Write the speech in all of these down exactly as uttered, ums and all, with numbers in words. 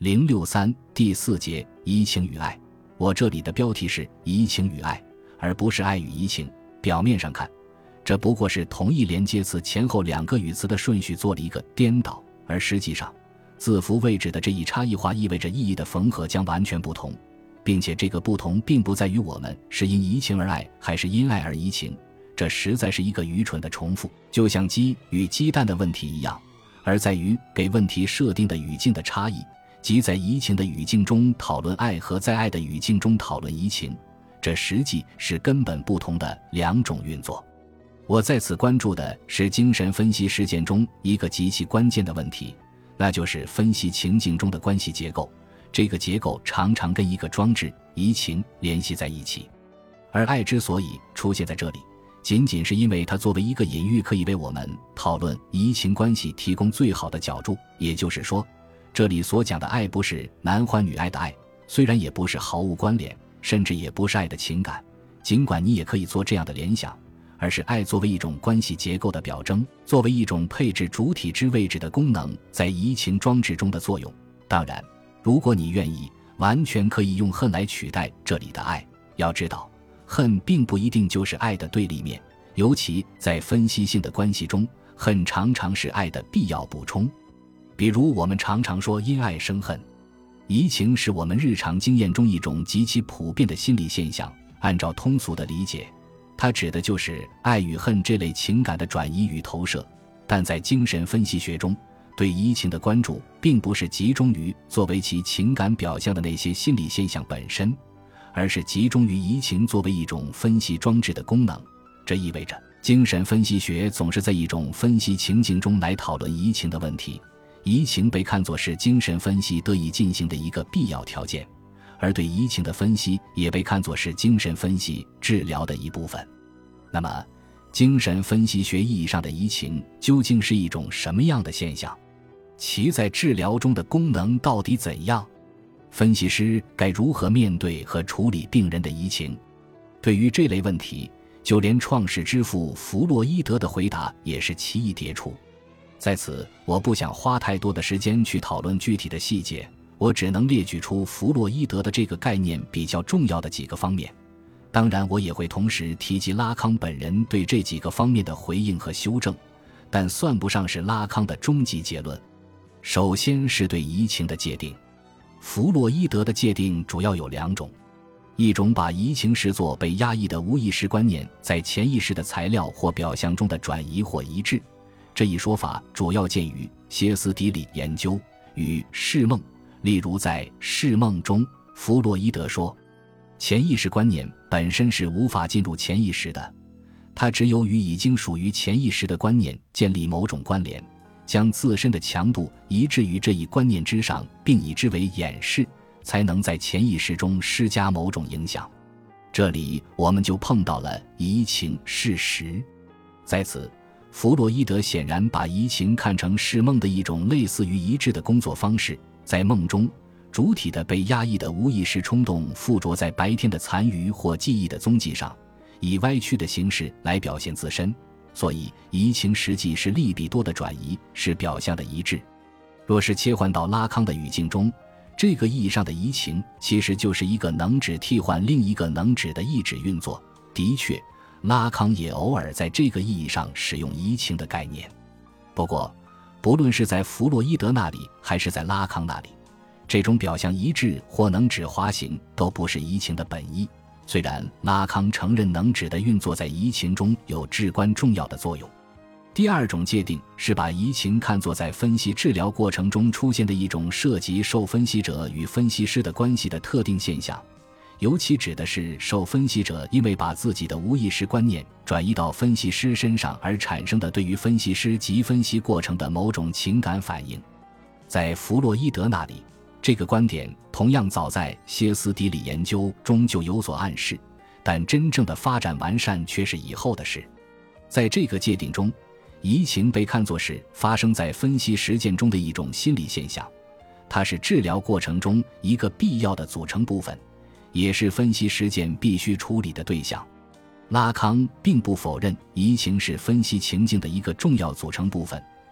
零六三第四节移情与爱。我这里的标题是移情与爱，而不是爱与移情。表面上看，这不过是同一连接词前后两个语词的顺序做了一个颠倒，而实际上字符位置的这一差异化意味着意义的缝合将完全不同，并且这个不同并不在于我们是因移情而爱还是因爱而移情，这实在是一个愚蠢的重复，就像鸡与鸡蛋的问题一样，而在于给问题设定的语境的差异，即在移情的语境中讨论爱和在爱的语境中讨论移情，这实际是根本不同的两种运作。我在此关注的是精神分析实践中一个极其关键的问题，那就是分析情境中的关系结构，这个结构常常跟一个装置移情联系在一起。而爱之所以出现在这里，仅仅是因为它作为一个隐喻可以为我们讨论移情关系提供最好的角注，也就是说，这里所讲的爱不是男欢女爱的爱，虽然也不是毫无关联，甚至也不是爱的情感，尽管你也可以做这样的联想，而是爱作为一种关系结构的表征，作为一种配置主体之位置的功能在移情装置中的作用。当然，如果你愿意，完全可以用恨来取代这里的爱。要知道，恨并不一定就是爱的对立面，尤其在分析性的关系中，恨常常是爱的必要补充。比如我们常常说因爱生恨，移情是我们日常经验中一种极其普遍的心理现象，按照通俗的理解，它指的就是爱与恨这类情感的转移与投射。但在精神分析学中，对移情的关注并不是集中于作为其情感表象的那些心理现象本身，而是集中于移情作为一种分析装置的功能。这意味着精神分析学总是在一种分析情境中来讨论移情的问题，移情被看作是精神分析得以进行的一个必要条件，而对移情的分析也被看作是精神分析治疗的一部分。那么，精神分析学意义上的移情究竟是一种什么样的现象？其在治疗中的功能到底怎样？分析师该如何面对和处理病人的移情？对于这类问题，就连创世之父弗洛伊德的回答也是奇异迭出。在此，我不想花太多的时间去讨论具体的细节，我只能列举出弗洛伊德的这个概念比较重要的几个方面。当然，我也会同时提及拉康本人对这几个方面的回应和修正，但算不上是拉康的终极结论。首先是对移情的界定。弗洛伊德的界定主要有两种，一种把移情视作被压抑的无意识观念在潜意识的材料或表象中的转移或移植，这一说法主要见于歇斯底里研究与释梦。例如在释梦中，弗洛伊德说，潜意识观念本身是无法进入潜意识的，它只有与已经属于潜意识的观念建立某种关联，将自身的强度移置于这一观念之上，并以之为掩饰，才能在潜意识中施加某种影响。这里我们就碰到了移情事实。在此，弗洛伊德显然把移情看成是梦的一种类似于移植的工作方式。在梦中，主体的被压抑的无意识冲动附着在白天的残余或记忆的踪迹上，以歪曲的形式来表现自身，所以移情实际是利比多的转移，是表象的移植。若是切换到拉康的语境中，这个意义上的移情其实就是一个能指替换另一个能指的意指运作。的确，拉康也偶尔在这个意义上使用移情的概念。不过，不论是在弗洛伊德那里还是在拉康那里，这种表象移植或能指滑行都不是移情的本意，虽然拉康承认能指的运作在移情中有至关重要的作用。第二种界定是把移情看作在分析治疗过程中出现的一种涉及受分析者与分析师的关系的特定现象，尤其指的是受分析者因为把自己的无意识观念转移到分析师身上而产生的对于分析师及分析过程的某种情感反应。在弗洛伊德那里，这个观点同样早在歇斯底里研究中就有所暗示，但真正的发展完善却是以后的事。在这个界定中，移情被看作是发生在分析实践中的一种心理现象，它是治疗过程中一个必要的组成部分，也是分析实践必须处理的对象。拉康并不否认移情是分析情境的一个重要组成部分，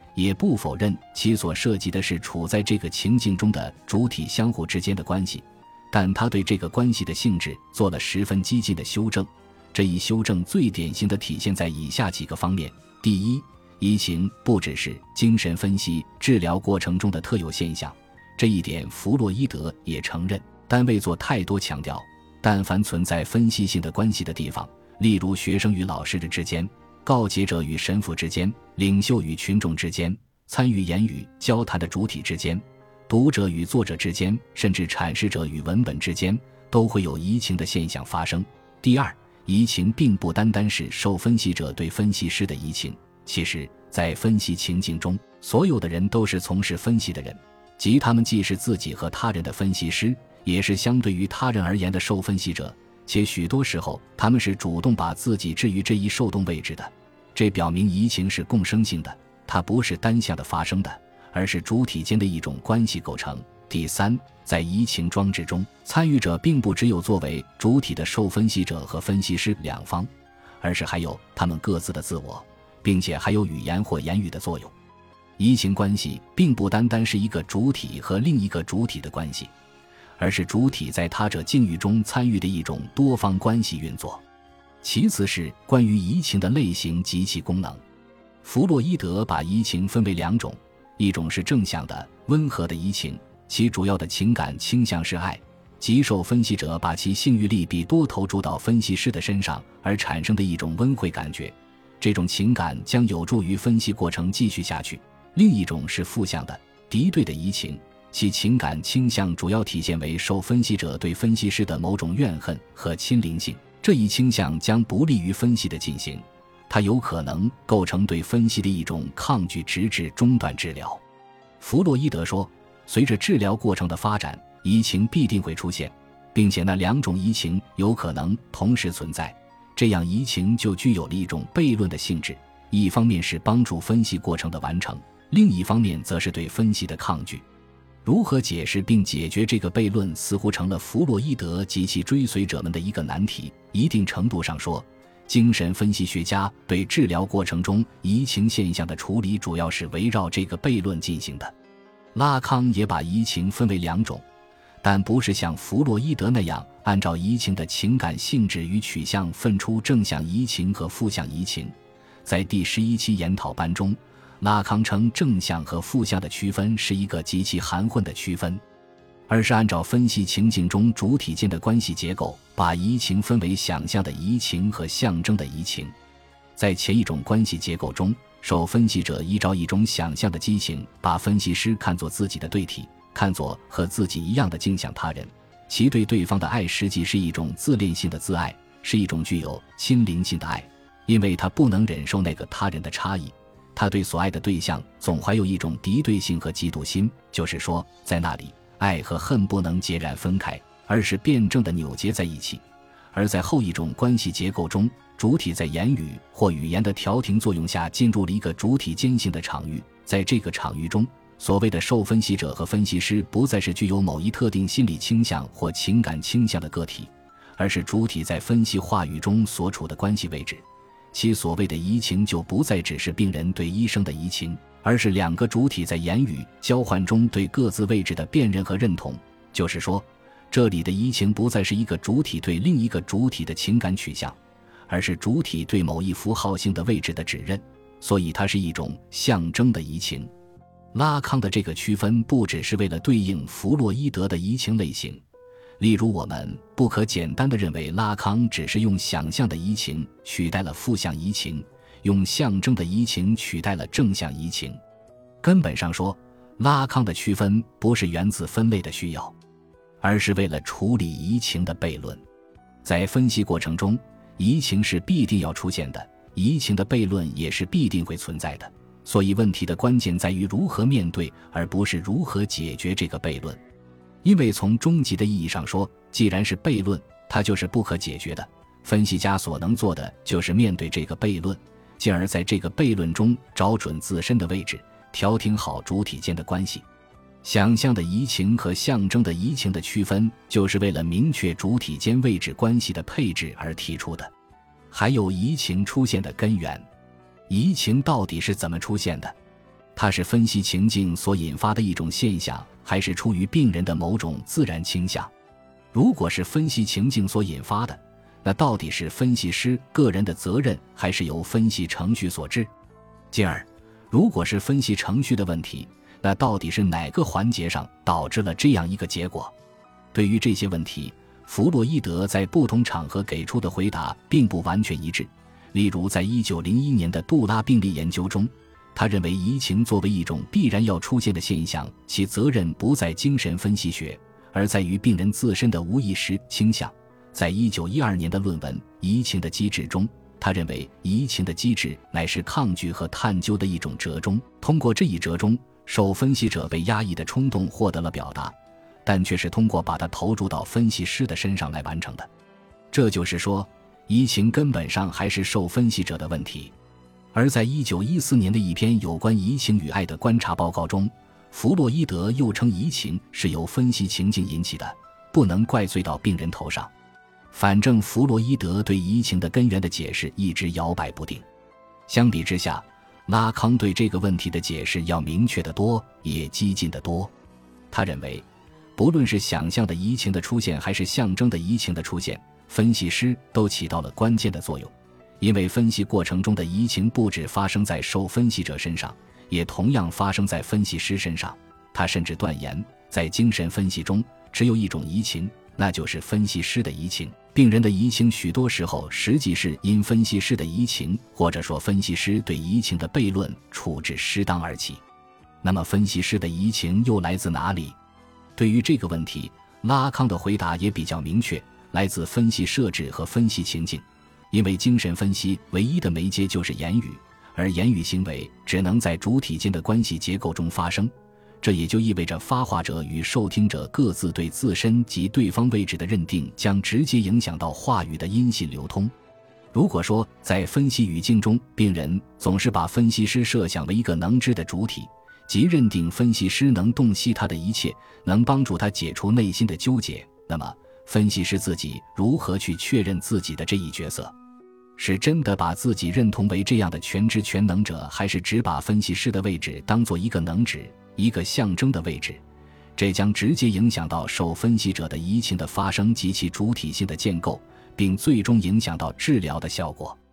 也不否认其所涉及的是处在这个情境中的主体相互之间的关系，但他对这个关系的性质做了十分激进的修正。这一修正最典型地体现在以下几个方面：第一，移情不只是精神分析治疗过程中的特有现象，这一点弗洛伊德也承认，但未做太多强调。但凡存在分析性的关系的地方，例如学生与老师之间，告诫者与神父之间，领袖与群众之间，参与言语交谈的主体之间，读者与作者之间，甚至阐释者与文本之间，都会有移情的现象发生。第二，移情并不单单是受分析者对分析师的移情，其实在分析情境中，所有的人都是从事分析的人，即他们既是自己和他人的分析师，也是相对于他人而言的受分析者，且许多时候他们是主动把自己置于这一受动位置的。这表明移情是共生性的，它不是单向的发生的，而是主体间的一种关系构成。第三，在移情装置中，参与者并不只有作为主体的受分析者和分析师两方，而是还有他们各自的自我，并且还有语言或言语的作用。移情关系并不单单是一个主体和另一个主体的关系，而是主体在他者境遇中参与的一种多方关系运作。其次是关于移情的类型及其功能。弗洛伊德把移情分为两种，一种是正向的温和的移情，其主要的情感倾向是爱，即受分析者把其性欲力比多投注到分析师的身上而产生的一种温惠感觉，这种情感将有助于分析过程继续下去。另一种是负向的敌对的移情，其情感倾向主要体现为受分析者对分析师的某种怨恨和亲邻性，这一倾向将不利于分析的进行，它有可能构成对分析的一种抗拒，直至中断治疗。弗洛伊德说，随着治疗过程的发展，移情必定会出现，并且那两种移情有可能同时存在，这样移情就具有了一种悖论的性质，一方面是帮助分析过程的完成，另一方面则是对分析的抗拒。如何解释并解决这个悖论似乎成了弗洛伊德及其追随者们的一个难题。一定程度上说，精神分析学家对治疗过程中移情现象的处理主要是围绕这个悖论进行的。拉康也把移情分为两种，但不是像弗洛伊德那样按照移情的情感性质与取向分出正向移情和负向移情。在第十一期研讨班中，拉康称正向和负向的区分是一个极其含混的区分，而是按照分析情境中主体间的关系结构，把移情分为想象的移情和象征的移情。在前一种关系结构中，受分析者依照一种想象的激情，把分析师看作自己的对体，看作和自己一样的镜像他人，其对对方的爱实际是一种自恋性的自爱，是一种具有亲邻性的爱，因为他不能忍受那个他人的差异，他对所爱的对象总怀有一种敌对性和嫉妒心，就是说，在那里爱和恨不能截然分开，而是辩证地扭结在一起。而在后一种关系结构中，主体在言语或语言的调停作用下进入了一个主体间性的场域，在这个场域中，所谓的受分析者和分析师不再是具有某一特定心理倾向或情感倾向的个体，而是主体在分析话语中所处的关系位置。其所谓的移情就不再只是病人对医生的移情，而是两个主体在言语交换中对各自位置的辨认和认同。就是说，这里的移情不再是一个主体对另一个主体的情感取向，而是主体对某一符号性的位置的指认，所以它是一种象征的移情。拉康的这个区分不只是为了对应弗洛伊德的移情类型，例如我们不可简单地认为拉康只是用想象的移情取代了负向移情，用象征的移情取代了正向移情。根本上说，拉康的区分不是源自分类的需要，而是为了处理移情的悖论。在分析过程中，移情是必定要出现的，移情的悖论也是必定会存在的，所以问题的关键在于如何面对，而不是如何解决这个悖论。因为从终极的意义上说，既然是悖论，它就是不可解决的，分析家所能做的就是面对这个悖论，进而在这个悖论中找准自身的位置，调停好主体间的关系。想象的移情和象征的移情的区分，就是为了明确主体间位置关系的配置而提出的。还有移情出现的根源，移情到底是怎么出现的？ 它是分析情境所引发的一种现象，还是出于病人的某种自然倾向？如果是分析情境所引发的，那到底是分析师个人的责任，还是由分析程序所致？进而，如果是分析程序的问题，那到底是哪个环节上导致了这样一个结果？对于这些问题，弗洛伊德在不同场合给出的回答并不完全一致。例如在一九零一年的杜拉病例研究中，他认为移情作为一种必然要出现的现象，其责任不在精神分析学，而在于病人自身的无意识倾向。在一九一二年的论文《移情的机制》中，他认为移情的机制乃是抗拒和探究的一种折中，通过这一折中，受分析者被压抑的冲动获得了表达，但却是通过把它投注到分析师的身上来完成的。这就是说，移情根本上还是受分析者的问题。而在一九一四年的一篇有关移情与爱的观察报告中，弗洛伊德又称移情是由分析情境引起的，不能怪罪到病人头上。反正弗洛伊德对移情的根源的解释一直摇摆不定。相比之下，拉康对这个问题的解释要明确得多，也激进得多。他认为，不论是想象的移情的出现还是象征的移情的出现，分析师都起到了关键的作用，因为分析过程中的移情不只发生在受分析者身上，也同样发生在分析师身上。他甚至断言，在精神分析中只有一种移情，那就是分析师的移情。病人的移情许多时候实际是因分析师的移情，或者说分析师对移情的悖论处置失当而起。那么分析师的移情又来自哪里？对于这个问题，拉康的回答也比较明确，来自分析设置和分析情境。因为精神分析唯一的媒介就是言语，而言语行为只能在主体间的关系结构中发生，这也就意味着发话者与受听者各自对自身及对方位置的认定将直接影响到话语的音信流通。如果说在分析语境中，病人总是把分析师设想为一个能知的主体，即认定分析师能洞悉他的一切，能帮助他解除内心的纠结，那么分析师自己如何去确认自己的这一角色？是真的把自己认同为这样的全知全能者，还是只把分析师的位置当作一个能指，一个象征的位置？这将直接影响到受分析者的移情的发生及其主体性的建构，并最终影响到治疗的效果。